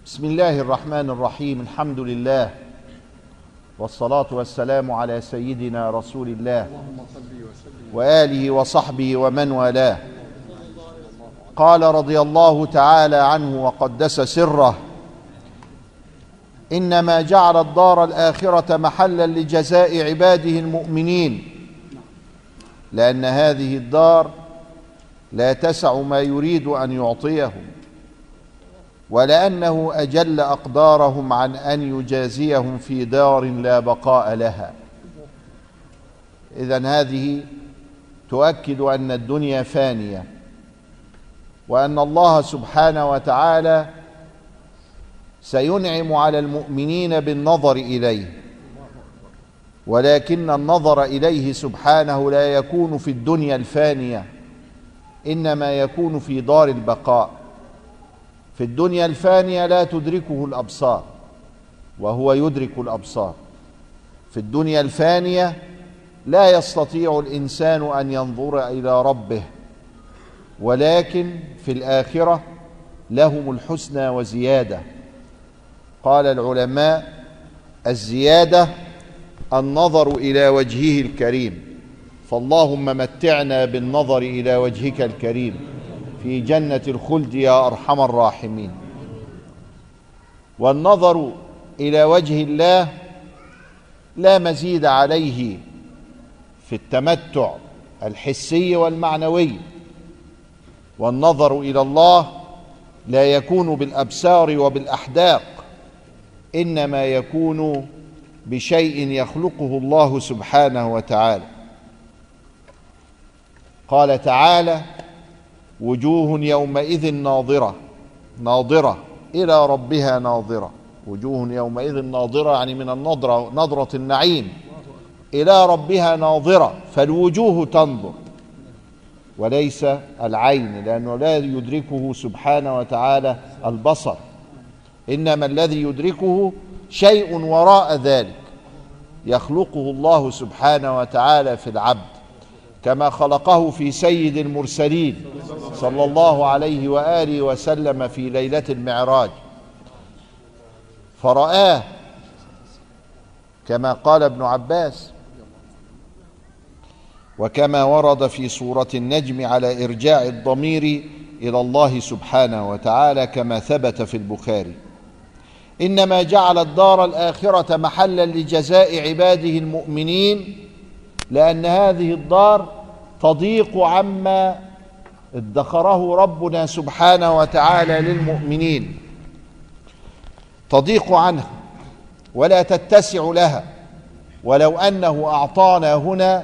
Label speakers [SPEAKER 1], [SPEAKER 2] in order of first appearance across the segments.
[SPEAKER 1] بسم الله الرحمن الرحيم. الحمد لله والصلاة والسلام على سيدنا رسول الله وآله وصحبه ومن والاه. قال رضي الله تعالى عنه وقدس سره: إنما جعل الدار الآخرة محلا لجزاء عباده المؤمنين، لأن هذه الدار لا تسع ما يريد أن يعطيهم، ولأنه أجل أقدارهم عن أن يجازيهم في دار لا بقاء لها. إذن هذه تؤكد أن الدنيا فانية، وأن الله سبحانه وتعالى سينعم على المؤمنين بالنظر إليه، ولكن النظر إليه سبحانه لا يكون في الدنيا الفانية، إنما يكون في دار البقاء. في الدنيا الفانية لا تدركه الأبصار، وهو يدرك الأبصار. في الدنيا الفانية لا يستطيع الإنسان أن ينظر إلى ربه، ولكن في الآخرة لهم الحسنى وزيادة. قال العلماء: الزيادة النظر إلى وجهه الكريم، فاللهم متعنا بالنظر إلى وجهك الكريم في جنة الخلد يا أرحم الراحمين. والنظر إلى وجه الله لا مزيد عليه في التمتع الحسي والمعنوي، والنظر إلى الله لا يكون بالأبصار وبالأحداق، إنما يكون بشيء يخلقه الله سبحانه وتعالى. قال تعالى: وجوه يومئذ ناظرة، ناظرة إلى ربها ناظرة. وجوه يومئذ ناظرة يعني من النظرة، نظرة النعيم، إلى ربها ناظرة، فالوجوه تنظر وليس العين، لأنه لا يدركه سبحانه وتعالى البصر، إنما الذي يدركه شيء وراء ذلك يخلقه الله سبحانه وتعالى في العبد، كما خلقه في سيد المرسلين صلى الله عليه وآله وسلم في ليلة المعراج، فرآه كما قال ابن عباس، وكما ورد في سورة النجم على إرجاع الضمير إلى الله سبحانه وتعالى كما ثبت في البخاري. إنما جعل الدار الآخرة محلا لجزاء عباده المؤمنين، لأن هذه الدار تضيق عما ادخره ربنا سبحانه وتعالى للمؤمنين، تضيق عنها ولا تتسع لها. ولو أنه أعطانا هنا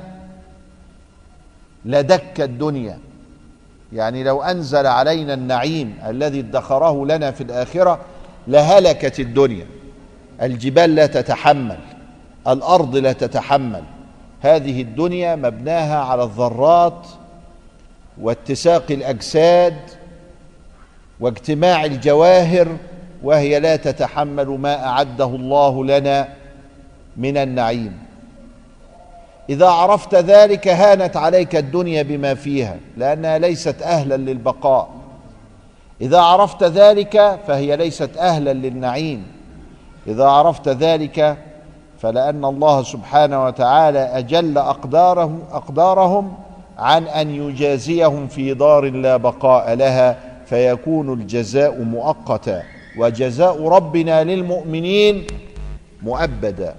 [SPEAKER 1] لدك الدنيا، يعني لو أنزل علينا النعيم الذي ادخره لنا في الآخرة لهلكت الدنيا. الجبال لا تتحمل، الأرض لا تتحمل. هذه الدنيا مبناها على الذرات واتساق الأجساد واجتماع الجواهر، وهي لا تتحمل ما أعده الله لنا من النعيم. إذا عرفت ذلك هانت عليك الدنيا بما فيها، لأنها ليست أهلا للبقاء. إذا عرفت ذلك فهي ليست أهلا للنعيم. إذا عرفت ذلك فلأن الله سبحانه وتعالى أجل أقدارهم عن أن يجازيهم في دار لا بقاء لها، فيكون الجزاء مؤقتا، وجزاء ربنا للمؤمنين مؤبدا.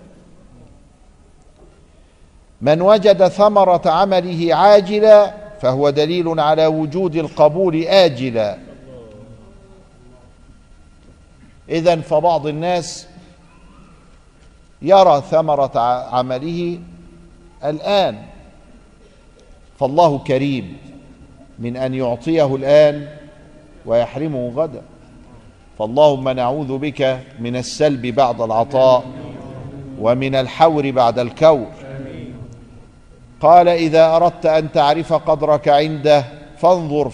[SPEAKER 1] من وجد ثمرة عمله عاجلا فهو دليل على وجود القبول آجلا. إذن فبعض الناس يرى ثمرة عمله الآن، فالله كريم من أن يعطيه الآن ويحرمه غدا. فاللهم نعوذ بك من السلب بعد العطاء ومن الحور بعد الكور. قال: إذا أردت أن تعرف قدرك عنده فانظر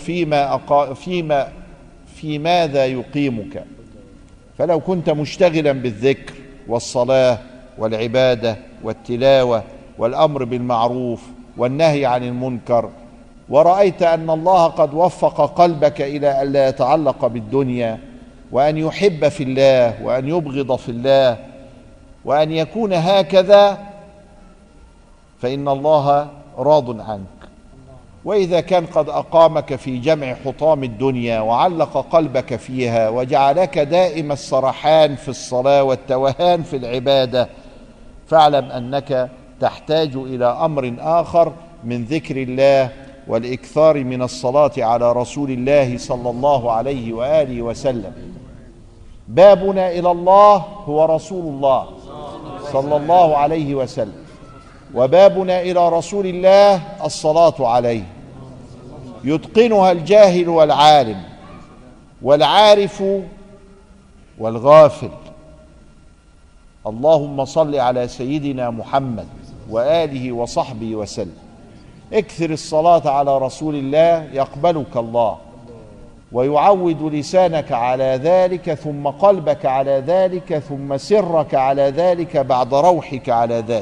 [SPEAKER 1] في ماذا يقيمك. فلو كنت مشتغلا بالذكر والصلاة والعبادة والتلاوة والأمر بالمعروف والنهي عن المنكر، ورأيت أن الله قد وفق قلبك إلى أن لا يتعلق بالدنيا وأن يحب في الله وأن يبغض في الله وأن يكون هكذا، فإن الله راض عنك. وإذا كان قد أقامك في جمع حطام الدنيا وعلق قلبك فيها وجعلك دائم السرحان في الصلاة والتوهان في العبادة، فاعلم أنك تحتاج إلى أمر آخر من ذكر الله والإكثار من الصلاة على رسول الله صلى الله عليه وآله وسلم. بابنا إلى الله هو رسول الله صلى الله عليه وسلم، وبابنا إلى رسول الله الصلاة عليه، يتقنها الجاهل والعالم والعارف والغافل. اللهم صل على سيدنا محمد وآله وصحبه وسلم. اكثر الصلاة على رسول الله يقبلك الله، ويعود لسانك على ذلك، ثم قلبك على ذلك، ثم سرك على ذلك، بعد روحك على ذلك.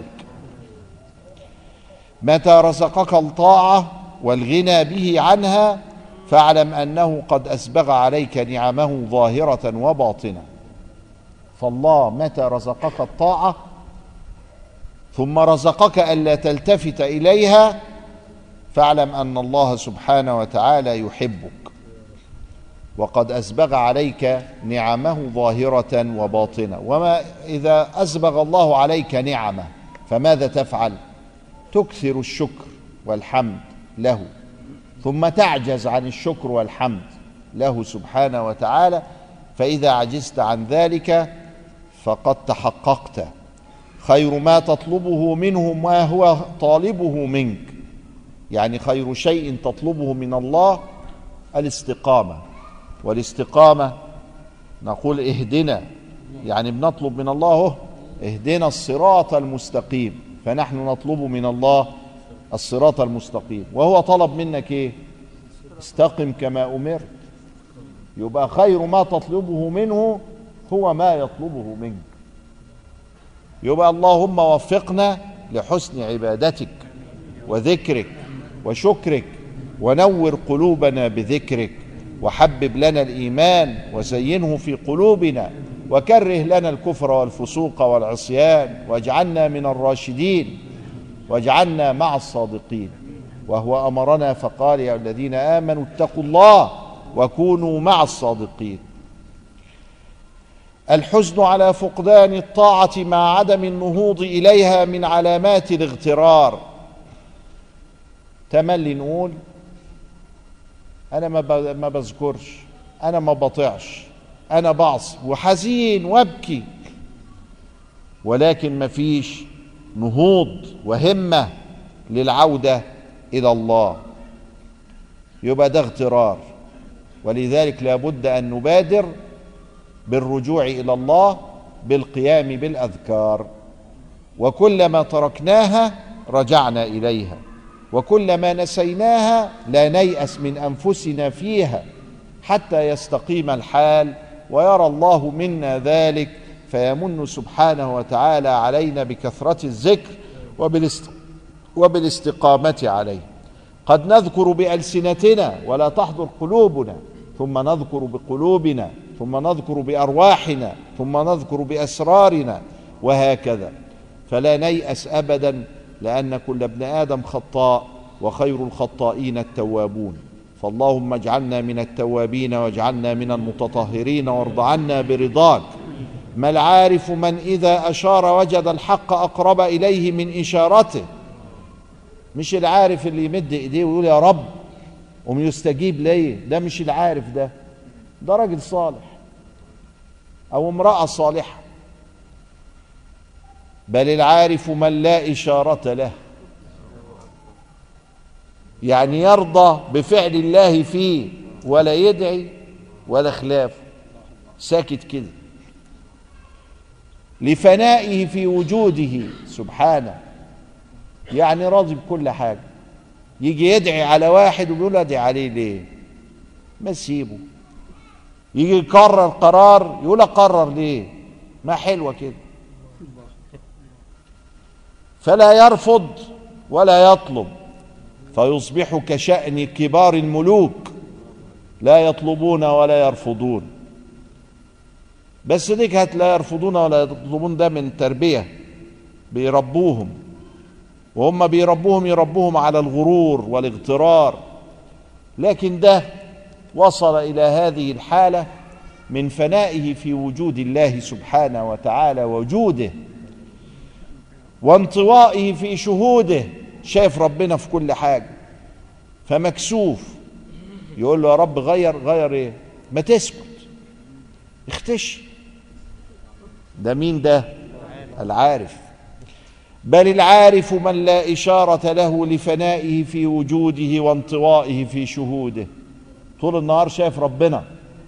[SPEAKER 1] متى رزقك الطاعة والغنى به عنها، فاعلم أنه قد أسبغ عليك نعمه ظاهرة وباطنة. فالله متى رزقك الطاعة ثم رزقك ألا تلتفت إليها، فاعلم أن الله سبحانه وتعالى يحبك، وقد أسبغ عليك نعمه ظاهرة وباطنة. وما إذا أسبغ الله عليك نعمة فماذا تفعل؟ تكثر الشكر والحمد له، ثم تعجز عن الشكر والحمد له سبحانه وتعالى. فإذا عجزت عن ذلك فقد تحققت. خير ما تطلبه منه ما هو طالبه منك، يعني خير شيء تطلبه من الله الاستقامة. والاستقامة نقول اهدنا، يعني بنطلب من الله اهدنا الصراط المستقيم، فنحن نطلب من الله الصراط المستقيم. وهو طلب منك ايه؟ استقم كما أمرت. يبقى خير ما تطلبه منه هو ما يطلبه منك. يبقى اللهم وفقنا لحسن عبادتك وذكرك وشكرك، ونور قلوبنا بذكرك، وحبب لنا الإيمان وزينه في قلوبنا، وكره لنا الكفر والفسوق والعصيان، واجعلنا من الراشدين، واجعلنا مع الصادقين. وهو أمرنا فقال: يا الذين آمنوا اتقوا الله وكونوا مع الصادقين. الحزن على فقدان الطاعة مع عدم النهوض إليها من علامات الاغترار. تملي نقول أنا ما بذكرش، أنا ما بطيعش، أنا بعصي وحزين وابكي، ولكن ما فيش نهوض وهمة للعودة إلى الله. يبقى ده اغترار. ولذلك لا بد أن نبادر بالرجوع إلى الله بالقيام بالأذكار، وكلما تركناها رجعنا إليها، وكلما نسيناها لا نيأس من أنفسنا فيها حتى يستقيم الحال ويرى الله منا ذلك، فيمن سبحانه وتعالى علينا بكثرة الذكر وبالاستقامة عليه. قد نذكر بألسنتنا ولا تحضر قلوبنا، ثم نذكر بقلوبنا، ثم نذكر بأرواحنا، ثم نذكر بأسرارنا، وهكذا. فلا نيأس أبدا، لأن كل ابن آدم خطاء، وخير الخطائين التوابون. فاللهم اجعلنا من التوابين واجعلنا من المتطهرين، وارض عنا برضاك. ما العارف من إذا أشار وجد الحق أقرب إليه من إشارته. مش العارف اللي يمد إيديه ويقول يا رب ومن يستجيب ليه، ده مش العارف، ده راجل صالح أو امرأة صالحة. بل العارف من لا إشارة له، يعني يرضى بفعل الله فيه ولا يدعي ولا خلافه، ساكت كده لفنائه في وجوده سبحانه، يعني راضي بكل حاجة. يجي يدعي على واحد وبيقول ادعي عليه ليه؟ ما سيبه. يجي يقرر قرار يقول اقرر ليه؟ ما حلوة كده. فلا يرفض ولا يطلب، فيصبح كشأن كبار الملوك لا يطلبون ولا يرفضون. بس ديك لا يرفضون ولا يطلبون ده من تربية بيربوهم، وهم بيربوهم يربوهم على الغرور والاغترار. لكن ده وصل إلى هذه الحالة من فنائه في وجود الله سبحانه وتعالى وجوده، وانطوائه في شهوده، شايف ربنا في كل حاجة، فمكسوف يقول له يا رب غير ايه؟ ما تسكت، اختشي. ده مين ده؟ العارف. بل العارف من لا إشارة له لفنائه في وجوده وانطوائه في شهوده، طول النهار شايف ربنا،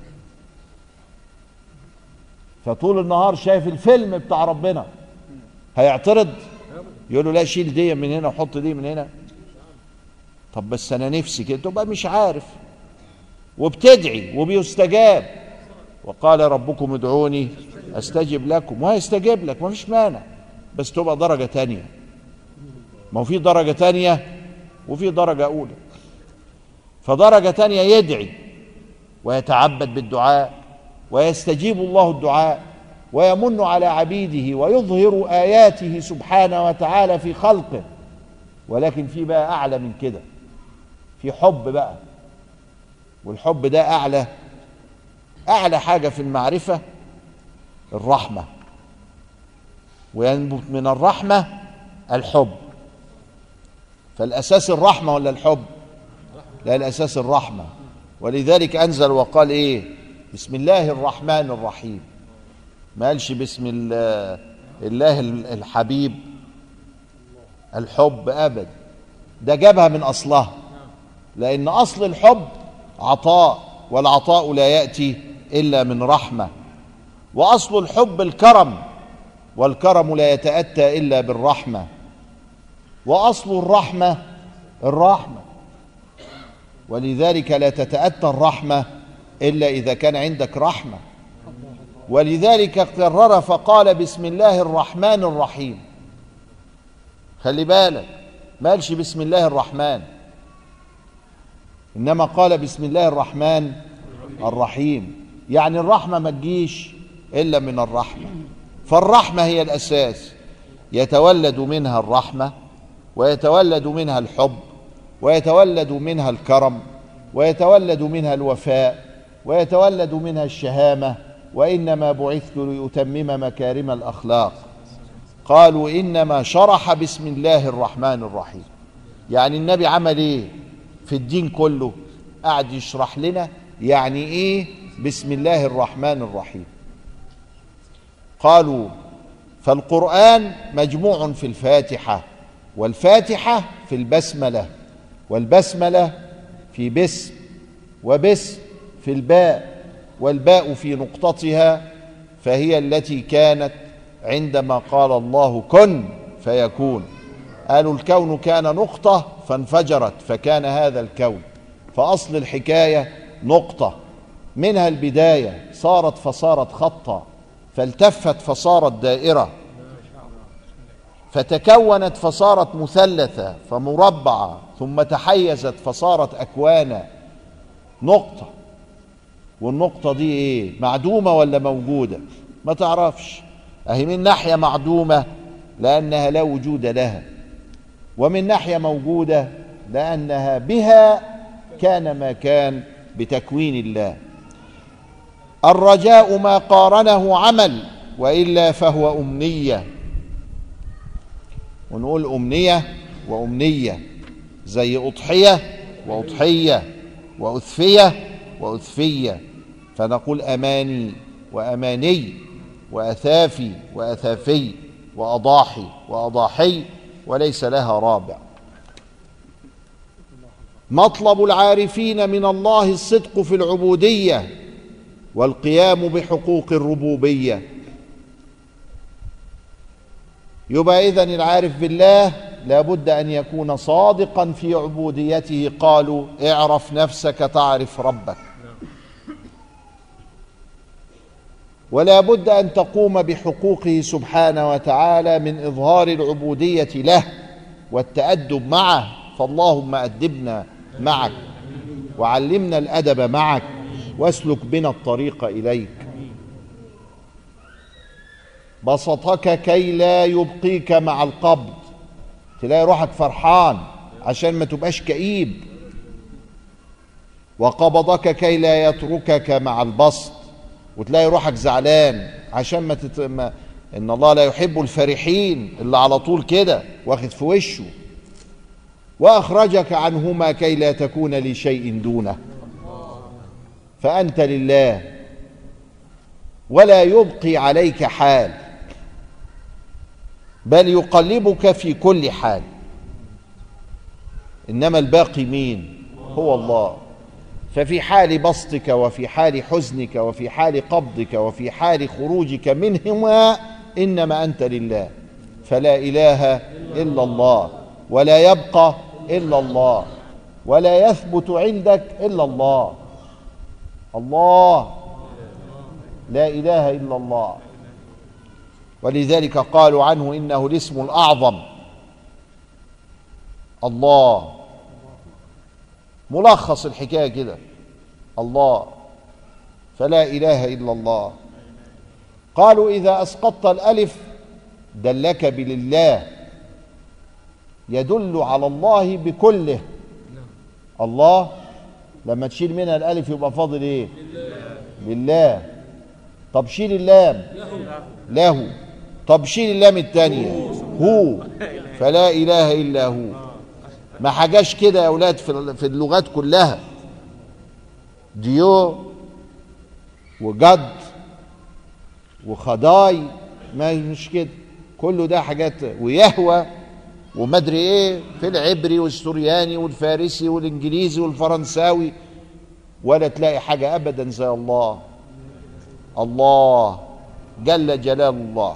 [SPEAKER 1] فطول النهار شايف الفيلم بتاع ربنا، هيعترض؟ يقول له لا شيل دي من هنا وحط دي من هنا. طب بس انا نفسي كده، تبقى مش عارف وبتدعي وبيستجاب. وقال ربكم ادعوني استجب لكم، وهيستجيب لك ما فيش مانع، بس تبقى درجة تانية. ما هو في درجة تانية وفي درجة أولى. فدرجة تانية يدعي ويتعبد بالدعاء ويستجيب الله الدعاء ويمن على عبيده ويظهر آياته سبحانه وتعالى في خلقه. ولكن في بقى أعلى من كده، في حب بقى، والحب ده أعلى حاجة في المعرفة، الرحمة، وينبت من الرحمة الحب. فالأساس الرحمة ولا الحب؟ لا، الأساس الرحمة. ولذلك أنزل وقال إيه؟ بسم الله الرحمن الرحيم، ما قالش بسم الله الحبيب الحب أبدا، ده جابها من أصلها، لأن أصل الحب عطاء، والعطاء لا يأتي إلا من رحمة. وأصل الحب الكرم، والكرم لا يتأتى إلا بالرحمة. وأصل الرحمة الرحمة، ولذلك لا تتأتى الرحمة إلا إذا كان عندك رحمة. ولذلك قرر فقال بسم الله الرحمن الرحيم. خلي بالك، ما قالش بسم الله الرحمن، إنما قال بسم الله الرحمن الرحيم، يعني الرحمة ما تجيش إلا من الرحمة. فالرحمة هي الأساس، يتولد منها الرحمة، ويتولد منها الحب، ويتولد منها الكرم، ويتولد منها الوفاء، ويتولد منها الشهامة. وإنما بعثت لأتمم مكارم الأخلاق. قالوا إنما شرح بسم الله الرحمن الرحيم، يعني النبي عمل إيه في الدين كله؟ قاعد يشرح لنا يعني إيه بسم الله الرحمن الرحيم. قالوا فالقرآن مجموع في الفاتحة، والفاتحة في البسملة، والبسملة في بسم، وبسم في الباء، والباء في نقطتها، فهي التي كانت عندما قال الله كن فيكون. قالوا الكون كان نقطة فانفجرت فكان هذا الكون. فأصل الحكاية نقطة، منها البداية، صارت فصارت خطا، فالتفت فصارت دائرة، فتكونت فصارت مثلثة فمربعة، ثم تحيزت فصارت أكوانا. نقطة. والنقطة دي ايه؟ معدومة ولا موجودة؟ ما تعرفش. اهي من ناحية معدومة لأنها لا وجود لها، ومن ناحية موجودة لأنها بها كان ما كان بتكوين الله. الرجاء ما قارنه عمل، وإلا فهو أمنية. ونقول أمنية وأمنية، زي أضحية وأضحية، وأثفية وأثفية. فنقول أماني وأماني، وأثافي وأثافي، وأضاحي وأضاحي، وليس لها رابع. مطلب العارفين من الله الصدق في العبودية والقيام بحقوق الربوبية. يبقى إذن العارف بالله لابد أن يكون صادقا في عبوديته. قالوا اعرف نفسك تعرف ربك، ولا بد أن تقوم بحقوقه سبحانه وتعالى من إظهار العبودية له والتأدب معه. فاللهم أدبنا معك، وعلمنا الأدب معك، واسلك بنا الطريق إليك. بسطك كي لا يبقيك مع القبض، تلاقي روحك فرحان عشان ما تبقاش كئيب. وقبضك كي لا يتركك مع البسط، وتلاقي روحك زعلان عشان ما ان الله لا يحب الفرحين اللي على طول كده واخد في وشه. واخرجك عنهما كي لا تكون لشيء دونه، فانت لله ولا يبقي عليك حال، بل يقلبك في كل حال. انما الباقي مين؟ هو الله. ففي حال بسطك وفي حال حزنك وفي حال قبضك وفي حال خروجك منهما انما انت لله، فلا اله الا الله، ولا يبقى الا الله، ولا يثبت عندك الا الله. الله، لا اله الا الله. ولذلك قالوا عنه انه الاسم الاعظم. الله ملخص الحكايه كده، الله، فلا اله الا الله. قالوا اذا اسقطت الالف دلك بلله، يدل على الله بكله. الله لما تشيل منها الالف يبقى فاضل ايه؟ لله. طب شيل اللام، له. طب شيل اللام الثانيه، هو، فلا اله الا هو. ما حاجاش كده يا اولاد في اللغات كلها، ديو وجد وخداي، ما مش كده، كله ده حاجات، ويهوى ومدري ايه في العبري والسورياني والفارسي والانجليزي والفرنساوي، ولا تلاقي حاجه ابدا زي الله. الله جل جلال الله.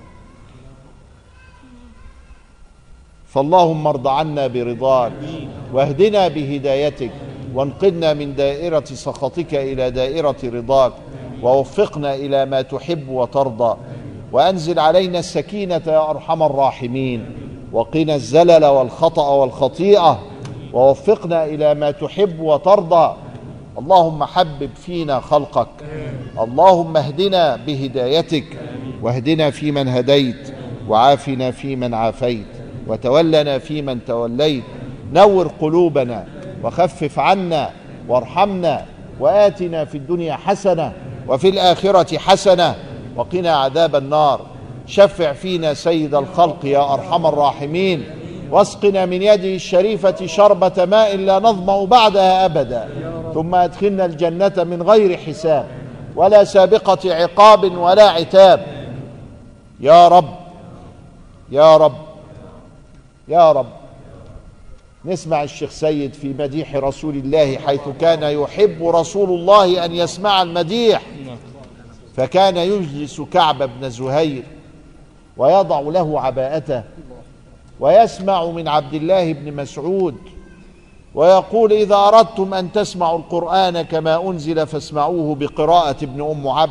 [SPEAKER 1] فاللهم ارض عنا برضاك، واهدنا بهدايتك، وانقذنا من دائرة سخطك إلى دائرة رضاك، ووفقنا إلى ما تحب وترضى، وأنزل علينا السكينة يا أرحم الراحمين، وقنا الزلل والخطأ والخطيئة، ووفقنا إلى ما تحب وترضى. اللهم حبب فينا خلقك، اللهم اهدنا بهدايتك، واهدنا فيمن هديت، وعافنا فيمن عافيت، وتولنا فيمن توليت. نور قلوبنا وخفف عنا وارحمنا، وآتنا في الدنيا حسنة وفي الآخرة حسنة، وقنا عذاب النار. شفع فينا سيد الخلق يا أرحم الراحمين، واسقنا من يده الشريفة شربة ماء لا نظمأ بعدها أبدا، ثم أدخلنا الجنة من غير حساب ولا سابقة عقاب ولا عتاب. يا رب يا رب يا رب. نسمع الشيخ سيد في مديح رسول الله، حيث كان يحب رسول الله أن يسمع المديح، فكان يجلس كعب بن زهير ويضع له عباءته، ويسمع من عبد الله بن مسعود ويقول: إذا أردتم أن تسمعوا القرآن كما أنزل فاسمعوه بقراءة ابن أم عبد.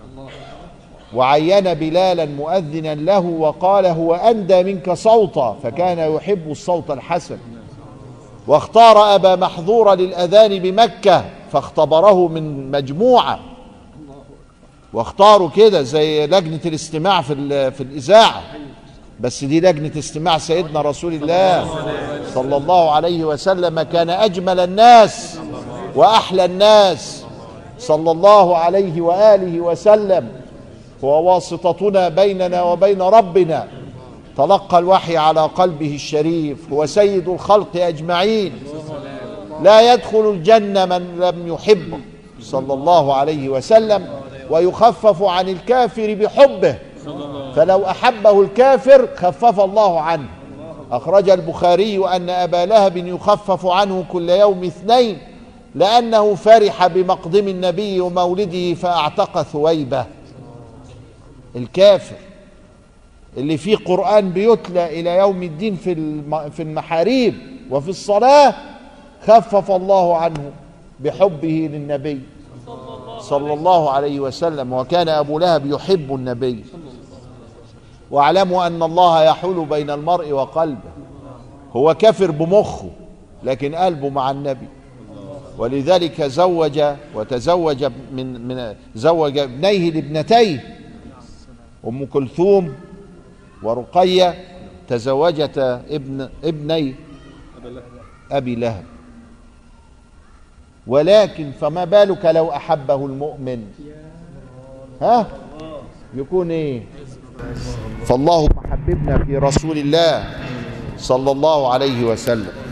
[SPEAKER 1] وعين بلالا مؤذنا له وقال: هو أندى منك صوتا، فكان يحب الصوت الحسن. واختار أبا محذور للأذان بمكة، فاختبره من مجموعة، واختاروا كده زي لجنة الاستماع في الإذاعة، بس دي لجنة استماع سيدنا رسول الله صلى الله عليه وسلم. كان أجمل الناس وأحلى الناس صلى الله عليه وآله وسلم، هو واسطتنا بيننا وبين ربنا. تلقى الوحي على قلبه الشريف، هو سيد الخلق أجمعين. لا يدخل الجنة من لم يحبه صلى الله عليه وسلم، ويخفف عن الكافر بحبه، فلو أحبه الكافر خفف الله عنه. أخرج البخاري أن أبا لهب يخفف عنه كل يوم 2، لأنه فرح بمقدم النبي ومولده فأعتق ثويبة. الكافر اللي فيه قرآن بيتلى إلى يوم الدين في المحاريب وفي الصلاة، خفف الله عنه بحبه للنبي صلى الله عليه وسلم. وكان أبو لهب يحب النبي. واعلموا أن الله يحول بين المرء وقلبه. هو كافر بمخه لكن قلبه مع النبي، ولذلك زوج وتزوج زوج ابنيه لابنتيه، أم كلثوم ورقية تزوجتا ابني أبي لهب، ولكن فما بالك لو أحبه المؤمن؟ ها يكون ايه؟ فاللهم حببنا في رسول الله صلى الله عليه وسلم.